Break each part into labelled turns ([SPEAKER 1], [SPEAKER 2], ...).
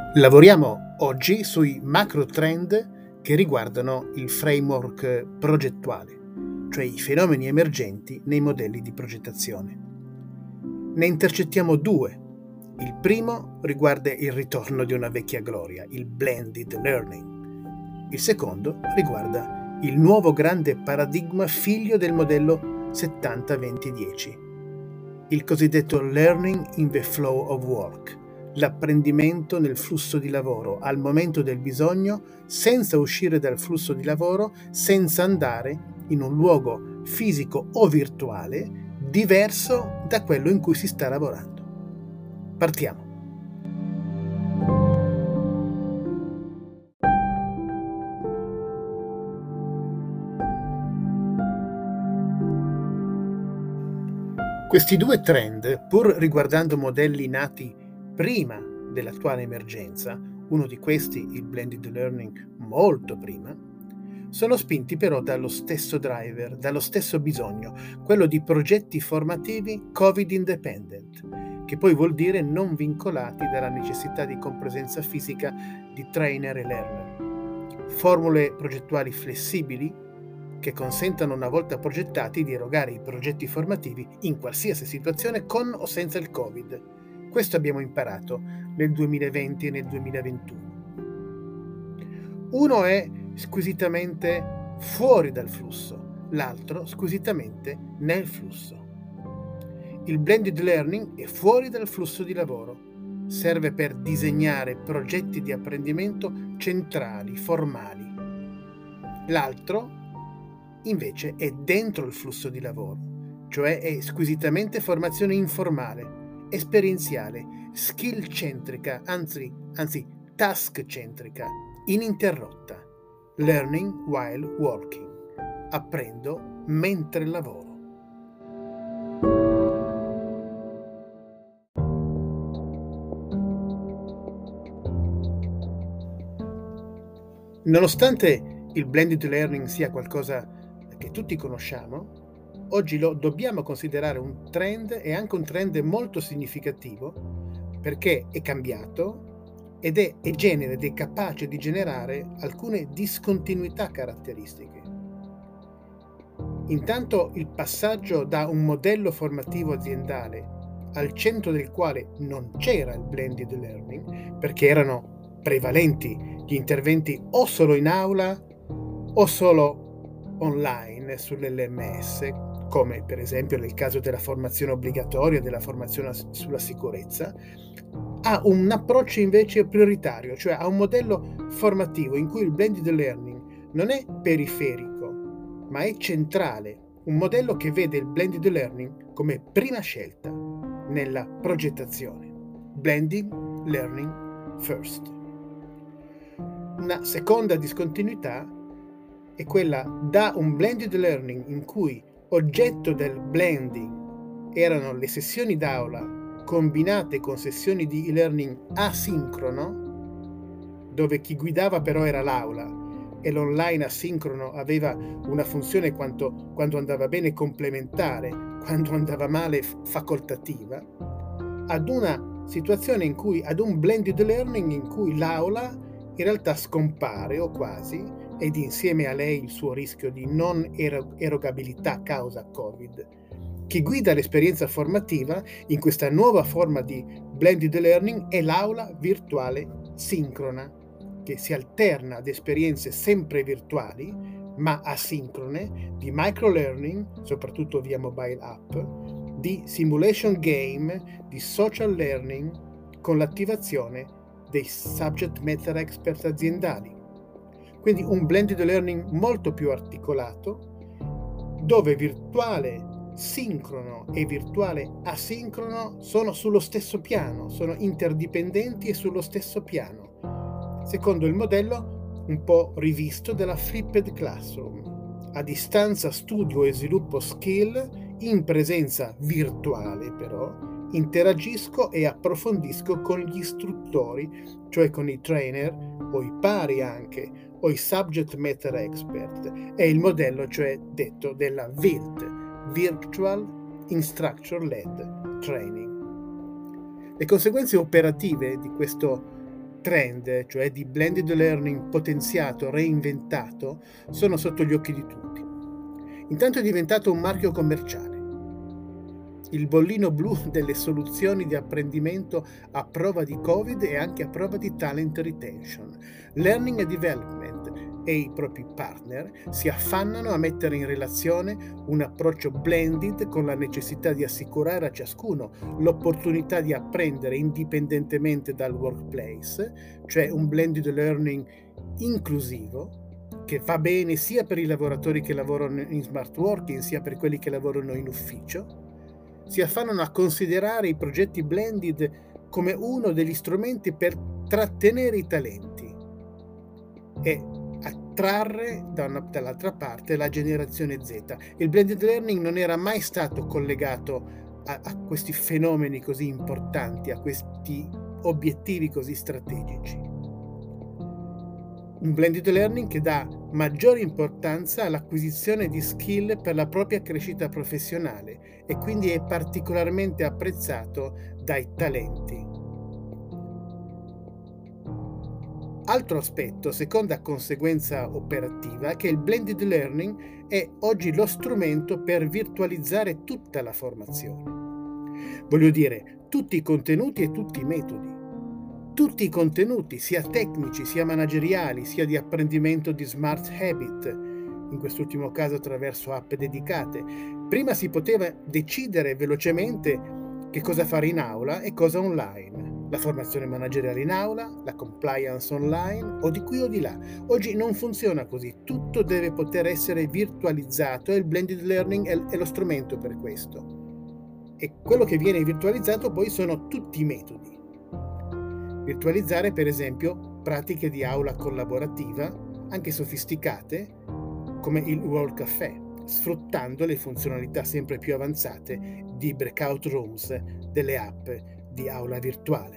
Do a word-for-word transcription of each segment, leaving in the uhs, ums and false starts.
[SPEAKER 1] Lavoriamo oggi sui macro trend che riguardano il framework progettuale, cioè i fenomeni emergenti nei modelli di progettazione. Ne intercettiamo due. Il primo riguarda il ritorno di una vecchia gloria, il blended learning. Il secondo riguarda il nuovo grande paradigma figlio del modello settanta venti dieci, il cosiddetto learning in the flow of work, l'apprendimento nel flusso di lavoro al momento del bisogno, senza uscire dal flusso di lavoro, senza andare in un luogo fisico o virtuale diverso da quello in cui si sta lavorando. Partiamo. Questi due trend, pur riguardando modelli nati prima dell'attuale emergenza, uno di questi, il blended learning, molto prima, sono spinti però dallo stesso driver, dallo stesso bisogno, quello di progetti formativi Covid independent, che poi vuol dire non vincolati dalla necessità di compresenza fisica di trainer e learner. Formule progettuali flessibili che consentano, una volta progettati, di erogare i progetti formativi in qualsiasi situazione con o senza il Covid. Questo abbiamo imparato nel duemilaventi e nel duemilaventuno. Uno è squisitamente fuori dal flusso, l'altro squisitamente nel flusso. Il blended learning è fuori dal flusso di lavoro. Serve per disegnare progetti di apprendimento centrali, formali. L'altro invece è dentro il flusso di lavoro, cioè è squisitamente formazione informale, esperienziale, skill centrica, anzi, anzi task centrica, ininterrotta. Learning while working. Apprendo mentre lavoro. Nonostante il blended learning sia qualcosa che tutti conosciamo, oggi lo dobbiamo considerare un trend, e anche un trend molto significativo, perché è cambiato ed è, è genera ed è capace di generare alcune discontinuità caratteristiche. Intanto il passaggio da un modello formativo aziendale al centro del quale non c'era il blended learning, perché erano prevalenti gli interventi o solo in aula o solo online sull'L M S, come per esempio nel caso della formazione obbligatoria, della formazione sulla sicurezza, ha un approccio invece prioritario, cioè a un modello formativo in cui il blended learning non è periferico, ma è centrale, un modello che vede il blended learning come prima scelta nella progettazione. Blended learning first. Una seconda discontinuità è quella da un blended learning in cui oggetto del blending erano le sessioni d'aula combinate con sessioni di e-learning asincrono, dove chi guidava però era l'aula e l'online asincrono aveva una funzione quanto, quando andava bene complementare, quando andava male facoltativa, ad una situazione in cui, ad un blended learning in cui l'aula in realtà scompare o quasi, ed insieme a lei il suo rischio di non erogabilità causa Covid. Chi guida l'esperienza formativa in questa nuova forma di blended learning è l'aula virtuale sincrona, che si alterna ad esperienze sempre virtuali, ma asincrone, di microlearning, soprattutto via mobile app, di simulation game, di social learning, con l'attivazione dei subject matter expert aziendali. Quindi un blended learning molto più articolato, dove virtuale sincrono e virtuale asincrono sono sullo stesso piano, sono interdipendenti e sullo stesso piano, secondo il modello un po' rivisto della flipped classroom. A distanza studio e sviluppo skill, in presenza virtuale però, interagisco e approfondisco con gli istruttori, cioè con i trainer o i pari anche, o i subject matter expert. È il modello, cioè detto, della V I L T, Virtual Instructor Led Training. Le conseguenze operative di questo trend, cioè di blended learning potenziato, reinventato, sono sotto gli occhi di tutti. Intanto è diventato un marchio commerciale, il bollino blu delle soluzioni di apprendimento a prova di Covid e anche a prova di talent retention. Learning and Development e i propri partner si affannano a mettere in relazione un approccio blended con la necessità di assicurare a ciascuno l'opportunità di apprendere indipendentemente dal workplace, cioè un blended learning inclusivo che va bene sia per i lavoratori che lavorano in smart working sia per quelli che lavorano in ufficio. Si affannano a considerare i progetti blended come uno degli strumenti per trattenere i talenti e attrarre da una, dall'altra parte la generazione Z. Il blended learning non era mai stato collegato a, a questi fenomeni così importanti, a questi obiettivi così strategici. Un blended learning che dà maggiore importanza all'acquisizione di skill per la propria crescita professionale e quindi è particolarmente apprezzato dai talenti. Altro aspetto, seconda conseguenza operativa, è che il blended learning è oggi lo strumento per virtualizzare tutta la formazione. Voglio dire, tutti i contenuti e tutti i metodi. Tutti i contenuti, sia tecnici, sia manageriali, sia di apprendimento di smart habit, in quest'ultimo caso attraverso app dedicate. Prima si poteva decidere velocemente che cosa fare in aula e cosa online. La formazione manageriale in aula, la compliance online o di qui o di là. Oggi non funziona così, tutto deve poter essere virtualizzato e il blended learning è, è lo strumento per questo. E quello che viene virtualizzato poi sono tutti i metodi. Virtualizzare per esempio pratiche di aula collaborativa, anche sofisticate, come il World Café, sfruttando le funzionalità sempre più avanzate di breakout rooms delle app di aula virtuale.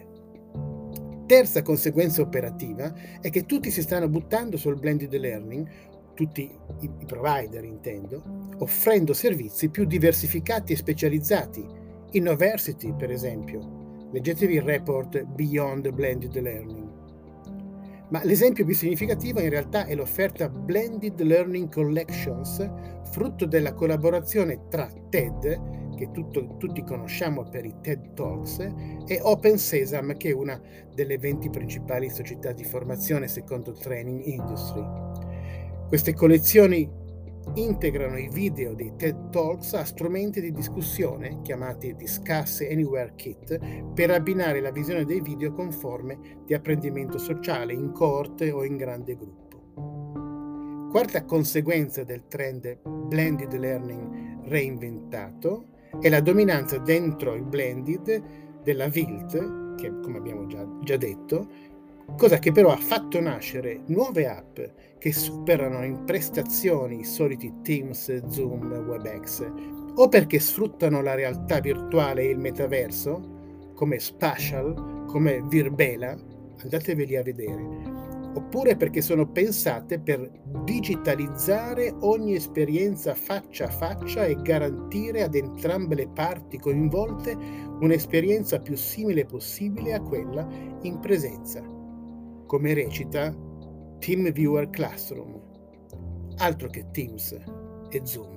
[SPEAKER 1] Terza conseguenza operativa è che tutti si stanno buttando sul blended learning, tutti i, i provider intendo, offrendo servizi più diversificati e specializzati. Innoversity per esempio. Leggetevi il report Beyond Blended Learning. Ma l'esempio più significativo in realtà è l'offerta Blended Learning Collections, frutto della collaborazione tra TED, che tutto, tutti conosciamo per i TED Talks, e Open Sesame, che è una delle venti principali società di formazione secondo Training Industry. Queste collezioni integrano i video dei TED Talks a strumenti di discussione chiamati Discuss Anywhere Kit per abbinare la visione dei video con forme di apprendimento sociale in coorte o in grande gruppo. Quarta conseguenza del trend blended learning reinventato è la dominanza dentro il blended della V I L T, che come abbiamo già, già detto, cosa che però ha fatto nascere nuove app che superano in prestazioni i soliti Teams, Zoom, WebEx, o perché sfruttano la realtà virtuale e il metaverso, come Spatial, come Virbela, andateveli a vedere, oppure perché sono pensate per digitalizzare ogni esperienza faccia a faccia e garantire ad entrambe le parti coinvolte un'esperienza più simile possibile a quella in presenza, come recita TeamViewer Classroom, altro che Teams e Zoom.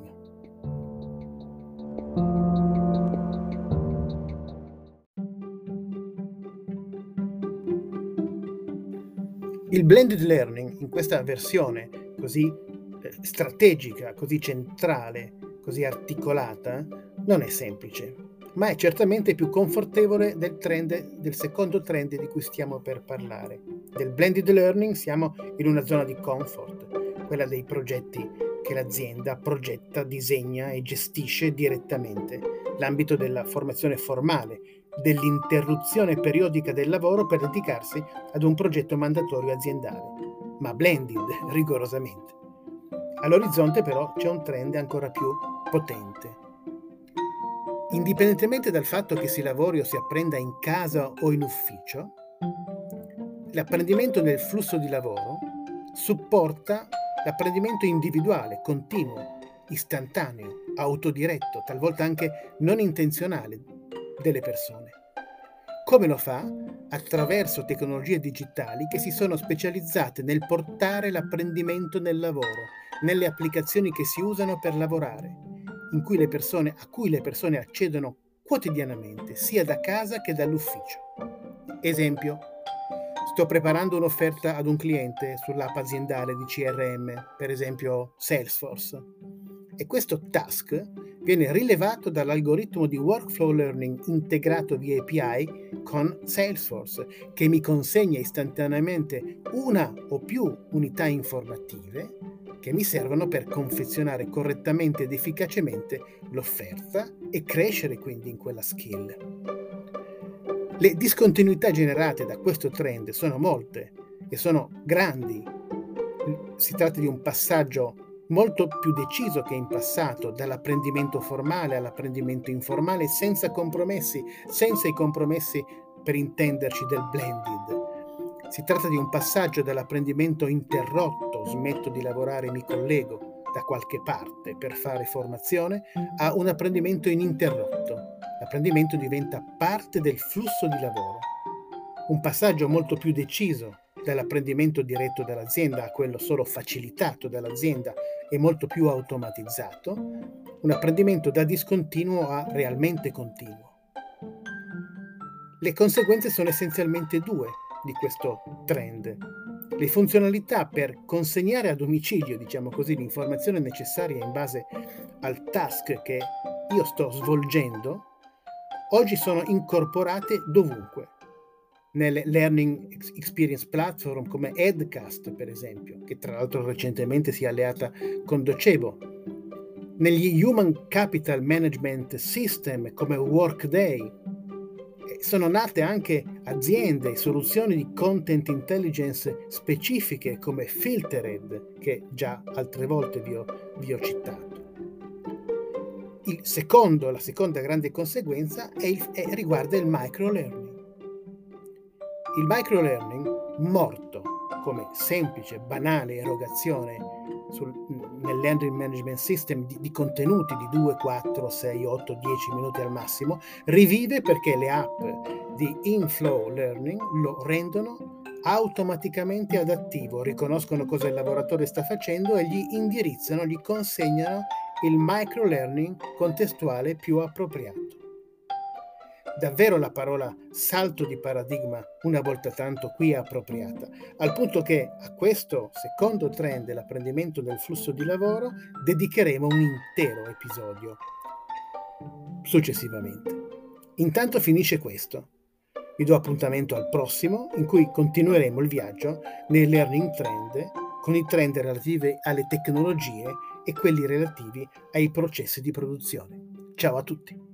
[SPEAKER 1] Il blended learning in questa versione così eh, strategica, così centrale, così articolata, non è semplice, ma è certamente più confortevole del trend, del secondo trend di cui stiamo per parlare. Del blended learning siamo in una zona di comfort, quella dei progetti che l'azienda progetta, disegna e gestisce direttamente, l'ambito della formazione formale, dell'interruzione periodica del lavoro per dedicarsi ad un progetto mandatorio aziendale, ma blended rigorosamente. All'orizzonte però c'è un trend ancora più potente. Indipendentemente dal fatto che si lavori o si apprenda in casa o in ufficio, l'apprendimento nel flusso di lavoro supporta l'apprendimento individuale, continuo, istantaneo, autodiretto, talvolta anche non intenzionale delle persone. Come lo fa? Attraverso tecnologie digitali che si sono specializzate nel portare l'apprendimento nel lavoro, nelle applicazioni che si usano per lavorare, in cui le persone, a cui le persone accedono quotidianamente, sia da casa che dall'ufficio. Esempio: sto preparando un'offerta ad un cliente sull'app aziendale di C R M, per esempio Salesforce, e questo task viene rilevato dall'algoritmo di workflow learning integrato via A P I con Salesforce, che mi consegna istantaneamente una o più unità informative che mi servono per confezionare correttamente ed efficacemente l'offerta e crescere quindi in quella skill. Le discontinuità generate da questo trend sono molte e sono grandi. Si tratta di un passaggio molto più deciso che in passato, dall'apprendimento formale all'apprendimento informale, senza compromessi, senza i compromessi, per intenderci, del blended. Si tratta di un passaggio dall'apprendimento interrotto, smetto di lavorare e mi collego da qualche parte per fare formazione, a un apprendimento ininterrotto. L'apprendimento diventa parte del flusso di lavoro. Un passaggio molto più deciso dall'apprendimento diretto dall'azienda a quello solo facilitato dall'azienda e molto più automatizzato, un apprendimento da discontinuo a realmente continuo. Le conseguenze sono essenzialmente due di questo trend. Le funzionalità per consegnare a domicilio, diciamo così, l'informazione necessaria in base al task che io sto svolgendo, oggi sono incorporate dovunque. Nelle learning experience platform come Edcast, per esempio, che tra l'altro recentemente si è alleata con Docebo, negli human capital management system come Workday. Sono nate anche aziende e soluzioni di content intelligence specifiche come Filtered, che già altre volte vi ho, vi ho citato. Il secondo, la seconda grande conseguenza è il, è, riguarda il microlearning. Il microlearning, morto come semplice, banale erogazione sul, nel learning management system di, di contenuti di due, quattro, sei, otto, dieci minuti al massimo, rivive perché le app di inflow learning lo rendono automaticamente adattivo, riconoscono cosa il lavoratore sta facendo e gli indirizzano, gli consegnano il microlearning contestuale più appropriato. Davvero la parola salto di paradigma una volta tanto qui è appropriata, al punto che a questo secondo trend dell'apprendimento del flusso di lavoro dedicheremo un intero episodio successivamente. Intanto finisce questo. Vi do appuntamento al prossimo, in cui continueremo il viaggio nei learning trend con i trend relativi alle tecnologie e quelli relativi ai processi di produzione. Ciao a tutti!